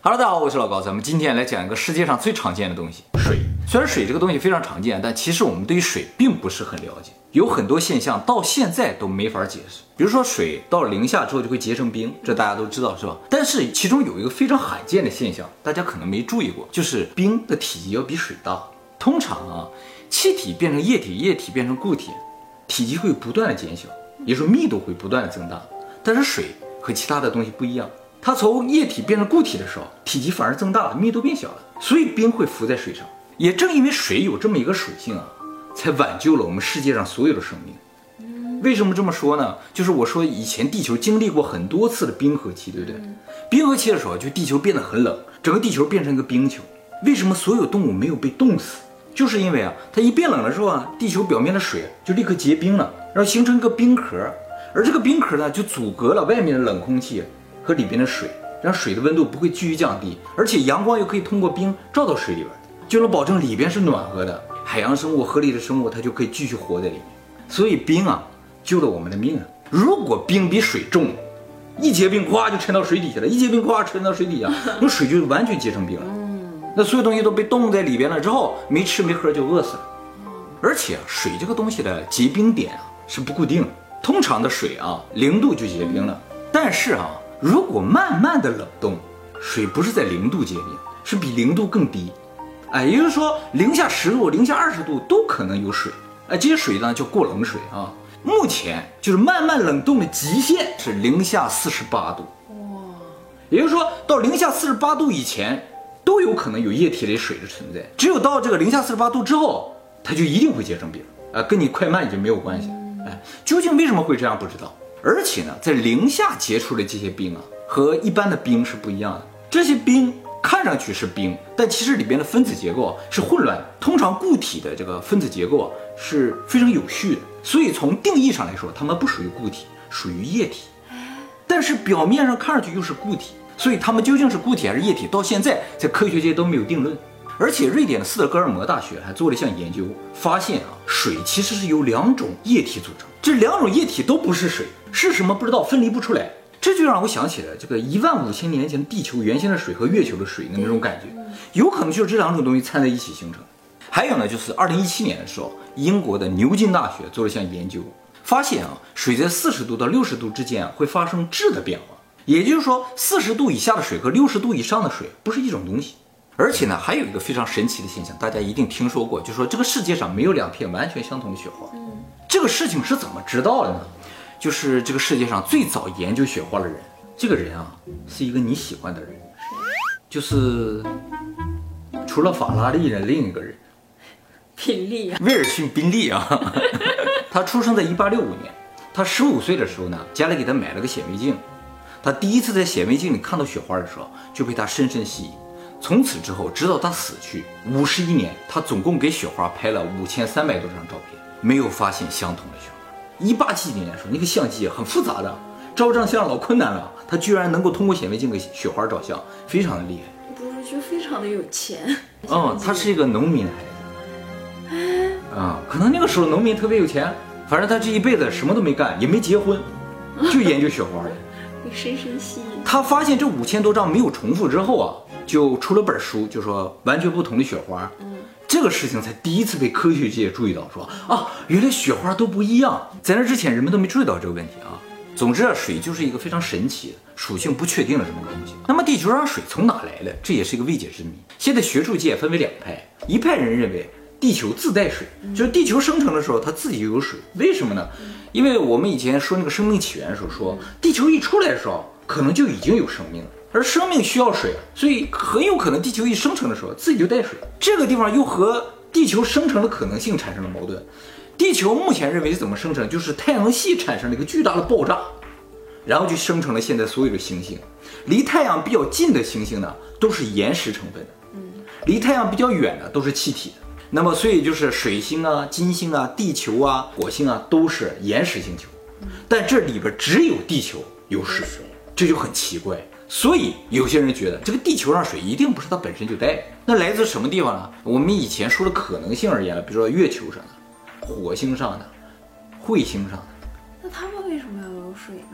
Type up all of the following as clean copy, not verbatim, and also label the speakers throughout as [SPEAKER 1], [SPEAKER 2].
[SPEAKER 1] Hello， 大家好，我是老高，咱们今天来讲一个世界上最常见的东西——水。虽然水这个东西非常常见，但其实我们对于水并不是很了解，有很多现象到现在都没法解释。比如说，水到了零下之后就会结成冰，这大家都知道是吧？但是其中有一个非常罕见的现象，大家可能没注意过，就是冰的体积要比水大。通常气体变成液体，液体变成固体，体积会不断的减小，也就是密度会不断的增大。但是水和其他的东西不一样。它从液体变成固体的时候，体积反而增大了，密度变小了，所以冰会浮在水上。也正因为水有这么一个属性才挽救了我们世界上所有的生命。为什么这么说呢？就是我说以前地球经历过很多次的冰河期，对不对？冰河期的时候，就地球变得很冷，整个地球变成一个冰球。为什么所有动物没有被冻死？就是因为它一变冷的时候地球表面的水就立刻结冰了，然后形成一个冰壳，而这个冰壳呢，就阻隔了外面的冷空气和里边的水，让水的温度不会继续降低，而且阳光又可以通过冰照到水里边，就能保证里边是暖和的，海洋生物、河里的生物它就可以继续活在里面。所以冰救了我们的命啊！如果冰比水重，一结冰咵就沉到水底下了，一结冰咵沉到水底下，那水就完全结成冰了。那所有东西都被冻在里边了之后，没吃没喝就饿死了。而且水这个东西的结冰点是不固定的，通常的水0度就结冰了，但是如果慢慢的冷冻，水不是在0度结冰，是比0度更低，也就是说零下10度、零下20度都可能有水，这些水呢叫过冷水目前就是慢慢冷冻的极限是零下48度，也就是说到零下48度以前都有可能有液体类水的存在，只有到这个零下48度之后，它就一定会结成冰，跟你快慢已经没有关系。究竟为什么会这样不知道。而且呢，在零下结出的这些冰和一般的冰是不一样的。这些冰看上去是冰，但其实里边的分子结构是混乱的。通常固体的这个分子结构是非常有序的，所以从定义上来说，它们不属于固体，属于液体。但是表面上看上去又是固体，所以它们究竟是固体还是液体，到现在在科学界都没有定论。而且瑞典的斯德哥尔摩大学还做了一项研究，发现水其实是由2种液体组成，这2种液体都不是水，是什么不知道，分离不出来。这就让我想起了这个15000年前的地球原先的水和月球的水的那种感觉，有可能就是这2种东西掺在一起形成。还有呢，就是2017年的时候，英国的牛津大学做了一项研究，发现水在40度到60度之间会发生质的变化，也就是说40度以下的水和60度以上的水不是一种东西。而且呢，还有一个非常神奇的现象，大家一定听说过，就是说这个世界上没有2片完全相同的雪花。这个事情是怎么知道的呢？就是这个世界上最早研究雪花的人，这个人是一个你喜欢的人，就是除了法拉利的另一个人，
[SPEAKER 2] 宾利
[SPEAKER 1] 威尔逊·宾利他出生在1865年，他15岁的时候呢，家里给他买了个显微镜，他第一次在显微镜里看到雪花的时候，就被他深深吸引。从此之后，直到他死去51年，他总共给雪花拍了5300多张照片，没有发现相同的雪花。18几年的时候，那个相机很复杂的，照张相老困难了，他居然能够通过显微镜给雪花照相，非常的厉害。
[SPEAKER 2] 不是就非常的有钱？
[SPEAKER 1] 他是一个农民孩子。可能那个时候农民特别有钱，反正他这一辈子什么都没干，也没结婚，就研究雪花的。
[SPEAKER 2] 被深深吸引。
[SPEAKER 1] 他发现这5000多张没有重复之后就出了本书，就说完全不同的雪花。这个事情才第一次被科学界注意到，说原来雪花都不一样。在那之前人们都没注意到这个问题总之水就是一个非常神奇的、属性不确定的这么个东西。那么地球上水从哪来的？这也是一个未解之谜。现在学术界分为2派，一派人认为地球自带水，就是地球生成的时候它自己就有水。为什么呢？因为我们以前说那个生命起源的时候说，地球一出来的时候可能就已经有生命了，而生命需要水，所以很有可能地球一生成的时候自己就带水。这个地方又和地球生成的可能性产生了矛盾。地球目前认为怎么生成，就是太阳系产生了一个巨大的爆炸，然后就生成了现在所有的行星。离太阳比较近的行星呢，都是岩石成分的，离太阳比较远的都是气体的。那么所以就是水星金星地球火星都是岩石星球，但这里边只有地球有水，这就很奇怪。所以有些人觉得这个地球上水一定不是它本身就带，那来自什么地方呢？我们以前说的可能性而言了，比如说月球上的、火星上的、彗星上的。
[SPEAKER 2] 那他们为什么要有水呢？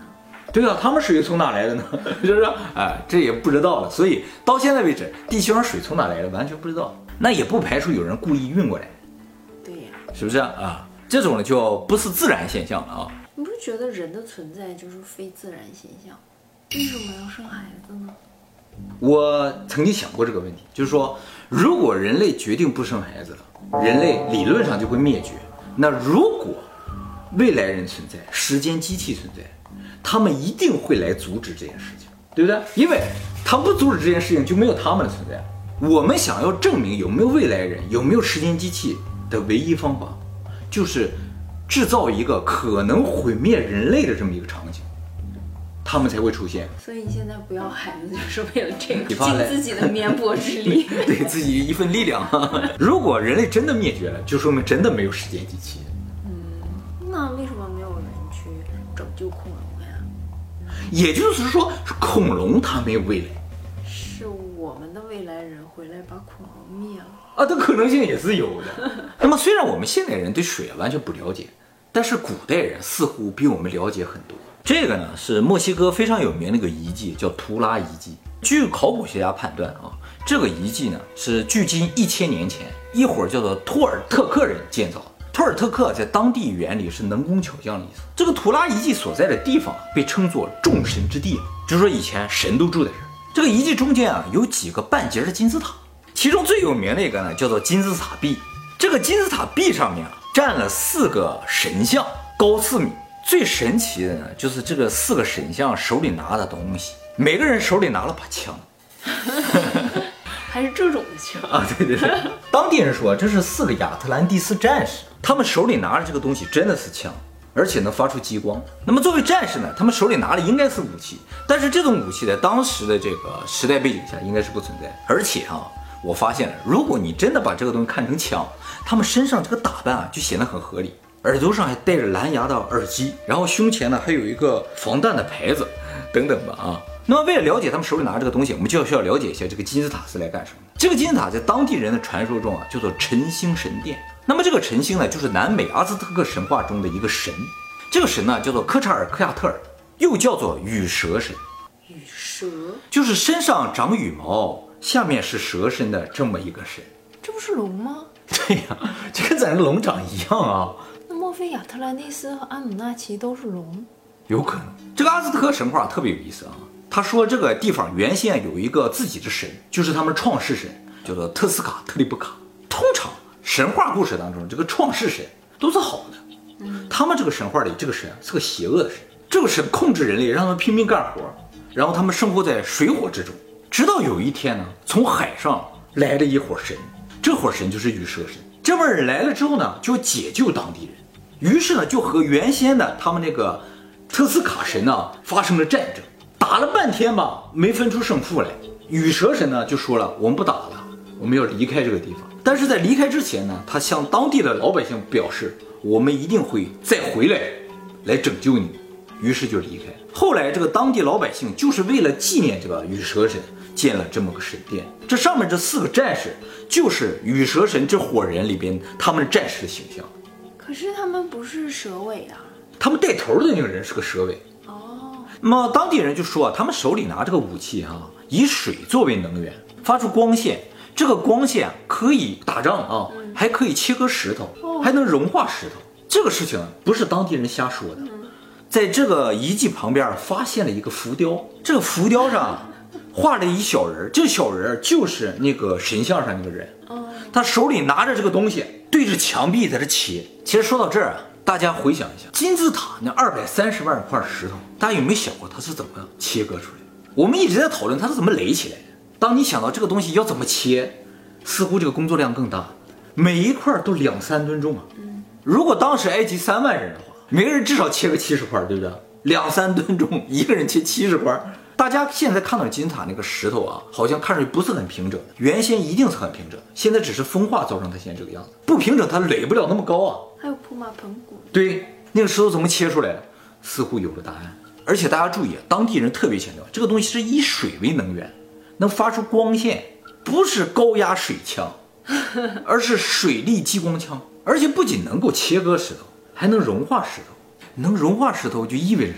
[SPEAKER 1] 对啊，他们水从哪来的呢？是不是？哎，这也不知道了。所以到现在为止，地球上水从哪来的完全不知道。那也不排除有人故意运过来，
[SPEAKER 2] 对呀，
[SPEAKER 1] 是不是啊？这种呢就不是自然现象了啊。
[SPEAKER 2] 你不是觉得人的存在就是非自然现象？为什么要生孩子呢？
[SPEAKER 1] 我曾经想过这个问题，就是说，如果人类决定不生孩子了，人类理论上就会灭绝。那如果未来人存在，时间机器存在，他们一定会来阻止这件事情，对不对？因为他们不阻止这件事情，就没有他们的存在。我们想要证明有没有未来人，有没有时间机器的唯一方法，就是制造一个可能毁灭人类的这么一个场景，他们才会出现。
[SPEAKER 2] 所以你现在不要孩子，就是为了这个，
[SPEAKER 1] 你发来
[SPEAKER 2] 尽自己的绵薄之力，
[SPEAKER 1] 对自己一份力量。如果人类真的灭绝了，就说明真的没有时间机器。
[SPEAKER 2] 那为什么没有人去拯救恐龙呀？
[SPEAKER 1] 也就是说，恐龙它没有未来
[SPEAKER 2] 是我们的未来人回来把恐龙灭了。
[SPEAKER 1] 啊，这可能性也是有的。那么虽然我们现代人对水完全不了解，但是古代人似乎比我们了解很多。这个呢是墨西哥非常有名的一个遗迹，叫图拉遗迹。据考古学家判断啊，这个遗迹呢是距今1000年前一伙叫做托尔特克人建造的。托尔特克在当地语言里是能工巧匠的意思。这个图拉遗迹所在的地方被称作众神之地，就是说以前神都住在这儿。这个遗迹中间啊有几个半截的金字塔，其中最有名的一个呢叫做金字塔壁。这个金字塔壁上面啊站了4个神像，高4米。最神奇的呢就是这个4个神像手里拿的东西，每个人手里拿了把枪。
[SPEAKER 2] 还是这种的枪
[SPEAKER 1] 啊，对对对，当地人说这是4个亚特兰蒂斯战士，他们手里拿着这个东西真的是枪，而且能发出激光。那么作为战士呢，他们手里拿的应该是武器，但是这种武器在当时的这个时代背景下应该是不存在。而且啊，我发现了，如果你真的把这个东西看成枪，他们身上这个打扮啊就显得很合理，耳朵上还戴着蓝牙的耳机，然后胸前呢还有一个防弹的牌子，等等吧啊。那么为了了解他们手里拿这个东西，我们就需要了解一下这个金字塔是来干什么的。这个金字塔在当地人的传说中啊叫做晨星神殿。那么这个晨星呢就是南美阿兹特克神话中的一个神，这个神呢叫做科查尔克亚特尔，又叫做羽蛇神。
[SPEAKER 2] 羽蛇
[SPEAKER 1] 就是身上长羽毛，下面是蛇身的这么一个神。
[SPEAKER 2] 这不是龙吗？
[SPEAKER 1] 对呀，这跟咱这龙长一样啊。
[SPEAKER 2] 那莫非亚特兰蒂斯和阿努纳奇都是龙？
[SPEAKER 1] 有可能。这个阿兹特克神话特别有意思啊。他说这个地方原先有一个自己的神，就是他们创世神，叫做特斯卡特利布卡。通常神话故事当中，这个创世神都是好的，他们这个神话里这个神是个邪恶的神。这个神控制人类，让他们拼命干活，然后他们生活在水火之中。直到有一天呢，从海上来了一伙神，这伙神就是羽蛇神。这帮人来了之后呢，就解救当地人，于是呢就和原先的他们那个特斯卡神呢发生了战争。打了半天吧，没分出胜负来。羽蛇神呢就说了，我们不打了，我们要离开这个地方。但是在离开之前呢，他向当地的老百姓表示，我们一定会再回来拯救你们。于是就离开。后来这个当地老百姓就是为了纪念这个羽蛇神，建了这么个神殿。这上面这4个战士就是羽蛇神这伙人里边他们战士的形象。
[SPEAKER 2] 可是他们不是蛇尾啊。
[SPEAKER 1] 他们带头的那个人是个蛇尾。那么当地人就说啊，他们手里拿这个武器以水作为能源，发出光线，这个光线可以打仗啊，还可以切割石头，还能融化石头。这个事情不是当地人瞎说的。在这个遗迹旁边发现了一个浮雕，这个浮雕上画了一小人，这个小人就是那个神像上那个人，他手里拿着这个东西，对着墙壁在这切。其实说到这儿啊，大家回想一下，金字塔那230万块石头，大家有没有想过它是怎么切割出来的？我们一直在讨论它是怎么垒起来的。当你想到这个东西要怎么切，似乎这个工作量更大，每一块都2-3吨重啊。如果当时埃及3万人的话，每个人至少切个70块，对不对？2-3吨重，一个人切70块。大家现在看到金字塔那个石头啊，好像看上去不是很平整的，原先一定是很平整的，现在只是风化造成它现在这个样子。不平整它垒不了那么高啊。
[SPEAKER 2] 还有铺马盆骨。
[SPEAKER 1] 对，那个石头怎么切出来的？似乎有了答案。而且大家注意，当地人特别强调，这个东西是以水为能源，能发出光线，不是高压水枪，而是水力激光枪。而且不仅能够切割石头，还能融化石头。能融化石头就意味着什么？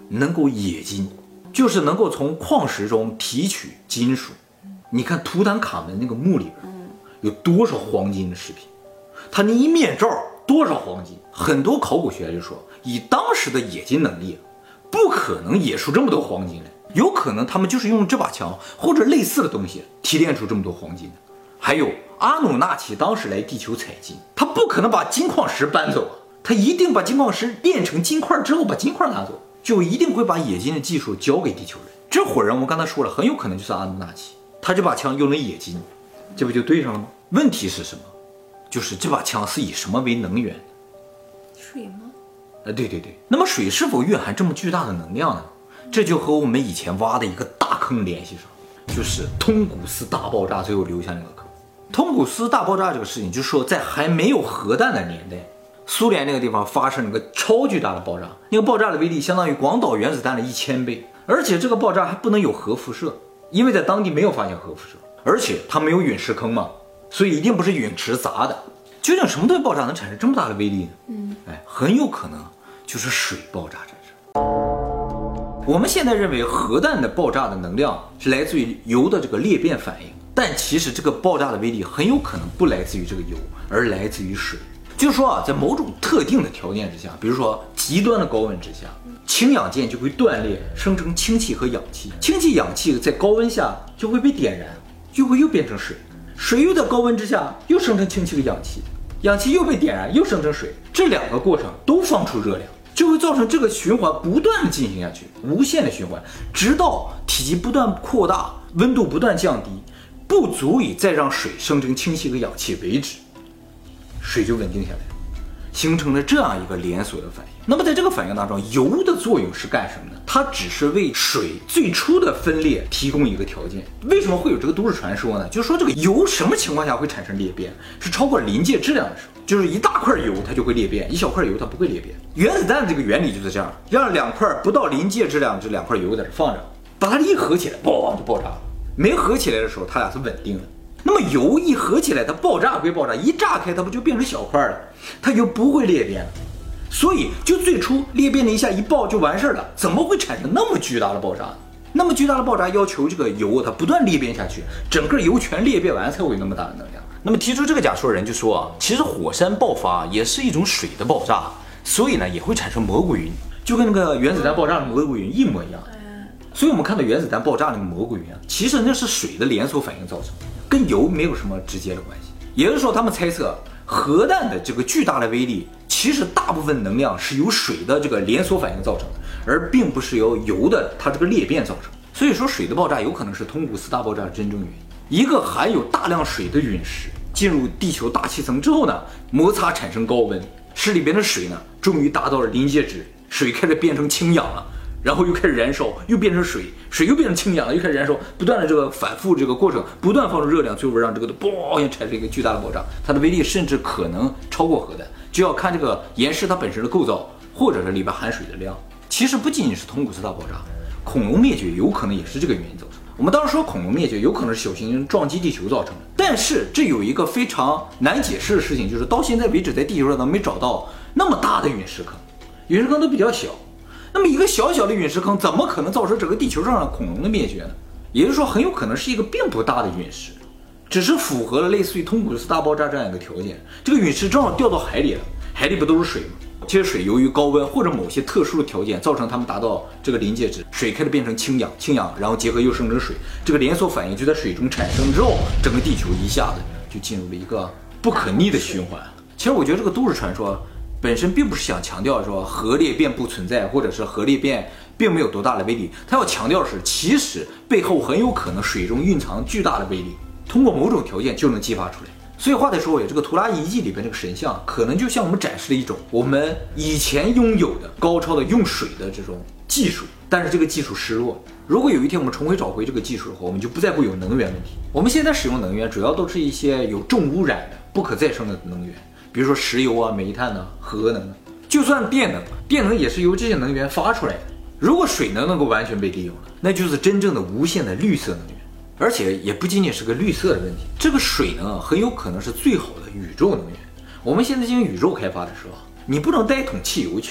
[SPEAKER 1] 能够冶金，就是能够从矿石中提取金属。你看图坦卡门那个墓里边有多少黄金的饰品，他那一面罩多少黄金。很多考古学家就说，以当时的冶金能力，不可能冶出这么多黄金来，有可能他们就是用这把枪或者类似的东西提炼出这么多黄金的。还有阿努纳奇当时来地球采金，他不可能把金矿石搬走啊，他一定把金矿石炼成金块之后把金块拿走，就一定会把冶金的技术交给地球人。这伙人我刚才说了，很有可能就是阿努纳奇，他这把枪又能冶金，这不就对上了吗？问题是什么？就是这把枪是以什么为能源？
[SPEAKER 2] 水吗？
[SPEAKER 1] 对。那么水是否蕴含这么巨大的能量呢？这就和我们以前挖的一个大坑联系上，就是通古斯大爆炸最后留下那个坑。通古斯大爆炸这个事情，就是说在还没有核弹的年代，苏联那个地方发生了个超巨大的爆炸，那个爆炸的威力相当于广岛原子弹的1000倍，而且这个爆炸还不能有核辐射，因为在当地没有发现核辐射，而且它没有陨石坑嘛，所以一定不是陨石砸的。究竟什么东西爆炸能产生这么大的威力呢？很有可能就是水爆炸产生。我们现在认为核弹的爆炸的能量是来自于铀的这个裂变反应，但其实这个爆炸的威力很有可能不来自于这个铀，而来自于水。就是说啊，在某种特定的条件之下，比如说极端的高温之下，氢氧键就会断裂，生成氢气和氧气。氢气、氧气在高温下就会被点燃，就会又变成水。水又在高温之下又生成氢气和氧气，氧气又被点燃，又生成水。这两个过程都放出热量，就会造成这个循环不断的进行下去，无限的循环，直到体积不断扩大，温度不断降低，不足以再让水生成氢气和氧气为止，水就稳定下来，形成了这样一个连锁的反应。那么在这个反应当中，铀的作用是干什么呢？它只是为水最初的分裂提供一个条件。为什么会有这个都市传说呢？就是说这个铀什么情况下会产生裂变？是超过临界质量的时候，就是一大块铀它就会裂变，一小块铀它不会裂变。原子弹这个原理就是这样，让两块不到临界质量这两块铀在这放着，把它一合起来，嘣就爆炸了。没合起来的时候，它俩是稳定的。那么铀一合起来，它爆炸归爆炸，一炸开它不就变成小块了，它就不会裂变了。所以就最初裂变了一下，一爆就完事了，怎么会产生那么巨大的爆炸呢？那么巨大的爆炸要求这个铀它不断裂变下去，整个铀全裂变完才会有那么大的能量。那么提出这个假说的人就说啊，其实火山爆发也是一种水的爆炸，所以呢也会产生蘑菇云，就跟那个原子弹爆炸的蘑菇云一模一样。所以我们看到原子弹爆炸那个蘑菇云啊，其实那是水的连锁反应造成的，跟铀没有什么直接的关系。也就是说，他们猜测核弹的这个巨大的威力，其实大部分能量是由水的这个连锁反应造成的，而并不是由铀的它这个裂变造成。所以说，水的爆炸有可能是通古斯大爆炸的真正原因。一个含有大量水的陨石进入地球大气层之后呢，摩擦产生高温，使里边的水呢终于达到了临界值，水开始变成氢氧了。然后又开始燃烧，又变成水，水又变成氢氧了，又开始燃烧，不断的这个反复这个过程，不断放出热量，最后让这个嘣产生一个巨大的爆炸，它的威力甚至可能超过核弹，就要看这个岩石它本身的构造，或者是里边含水的量。其实不仅仅是通古斯大爆炸，恐龙灭绝有可能也是这个原因造成的。我们当时说恐龙灭绝有可能是小行星撞击地球造成的，但是这有一个非常难解释的事情，就是到现在为止在地球上都没找到那么大的陨石坑，陨石坑都比较小。那么一个小小的陨石坑怎么可能造成整个地球上的恐龙的灭绝呢？也就是说，很有可能是一个并不大的陨石，只是符合了类似于通古斯大爆炸这样一个条件。这个陨石正好掉到海里了，海里不都是水吗？这些水由于高温或者某些特殊的条件，造成它们达到这个临界值，水开始变成氢氧，氢氧然后结合又生成水，这个连锁反应就在水中产生之后，整个地球一下子就进入了一个不可逆的循环。其实我觉得这个都市传说本身并不是想强调说核裂变不存在，或者是核裂变并没有多大的威力，它要强调是其实背后很有可能水中蕴藏巨大的威力，通过某种条件就能激发出来。所以话再说回，这个图拉遗迹里边这个神像，可能就向我们展示了一种我们以前拥有的高超的用水的这种技术，但是这个技术失落了。如果有一天我们重回找回这个技术的话，我们就不再会有能源问题。我们现在使用能源主要都是一些有重污染的不可再生的能源，比如说石油啊、煤炭啊、核能啊，就算电能，电能也是由这些能源发出来的。如果水能够完全被利用了，那就是真正的无限的绿色能源，而且也不仅仅是个绿色的问题，这个水能很有可能是最好的宇宙能源。我们现在进行宇宙开发的时候，你不能带一桶汽油去，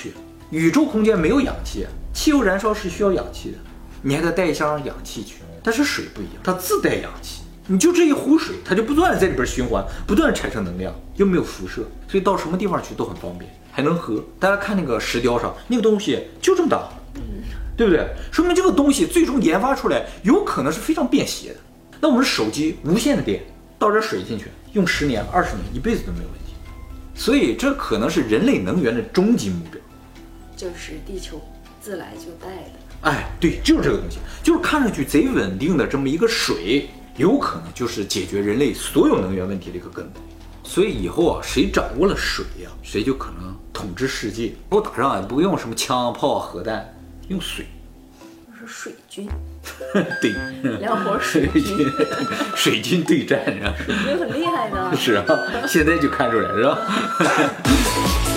[SPEAKER 1] 宇宙空间没有氧气，汽油燃烧是需要氧气的，你还得带一箱氧气去。但是水不一样，它自带氧气，你就这一壶水，它就不断的在里边循环，不断的产生能量，又没有辐射，所以到什么地方去都很方便，还能喝。大家看那个石雕上那个东西就这么大，对不对？说明这个东西最终研发出来有可能是非常便携的。那我们手机无线的电倒点水进去，用10年、20年、一辈子都没有问题。所以这可能是人类能源的终极目标，
[SPEAKER 2] 就是地球自来就带的。
[SPEAKER 1] 哎，对，就是这个东西，就是看上去贼稳定的这么一个水，有可能就是解决人类所有能源问题的一个根本。所以以后啊，谁掌握了水呀，谁就可能统治世界。以后打仗啊，不用什么枪炮核弹，用水。
[SPEAKER 2] 是水军。
[SPEAKER 1] 对，
[SPEAKER 2] 两伙水军，
[SPEAKER 1] 水军对战，是吧？
[SPEAKER 2] 水军很厉害的。
[SPEAKER 1] 是啊，现在就看出来，是吧？